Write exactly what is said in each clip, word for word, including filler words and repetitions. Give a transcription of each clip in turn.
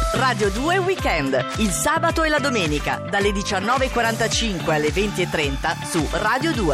Radio due Weekend, il sabato e la domenica, dalle diciannove e quarantacinque alle venti e trenta su Radio due.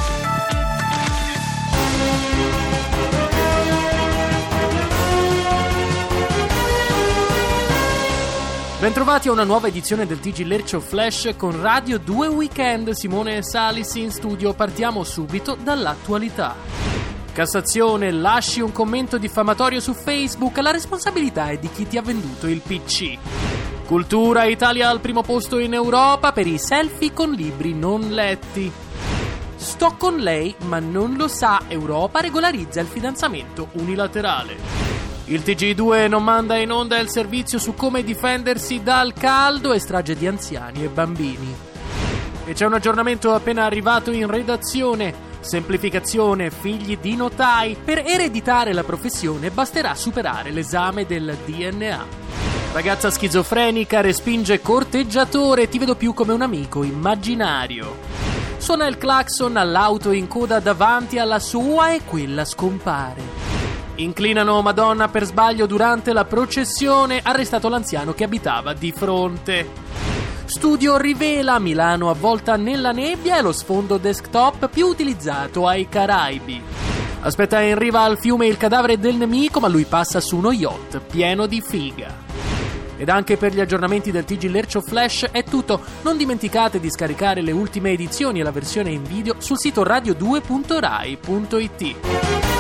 Bentrovati a una nuova edizione del T G Lercio Flash con Radio due Weekend. Simone Salis in studio. Partiamo subito dall'attualità. Cassazione, lasci un commento diffamatorio su Facebook, la responsabilità è di chi ti ha venduto il P C. Cultura, Italia al primo posto in Europa per i selfie con libri non letti. Sto con lei, ma non lo sa, Europa regolarizza il fidanzamento unilaterale. Il T G due non manda in onda il servizio su come difendersi dal caldo e strage di anziani e bambini. E c'è un aggiornamento appena arrivato in redazione. Semplificazione, figli di notai. Per ereditare la professione basterà superare l'esame del D N A. Ragazza schizofrenica respinge corteggiatore, ti vedo più come un amico immaginario. Suona il clacson all'auto in coda davanti alla sua e quella scompare. Inclinano Madonna per sbaglio durante la processione, arrestato l'anziano che abitava di fronte. Studio rivela Milano avvolta nella nebbia e lo sfondo desktop più utilizzato ai Caraibi. Aspetta in riva al fiume il cadavere del nemico, ma lui passa su uno yacht pieno di figa. Ed anche per gli aggiornamenti del T G Lercio Flash è tutto. Non dimenticate di scaricare le ultime edizioni e la versione in video sul sito radio due punto rai punto it.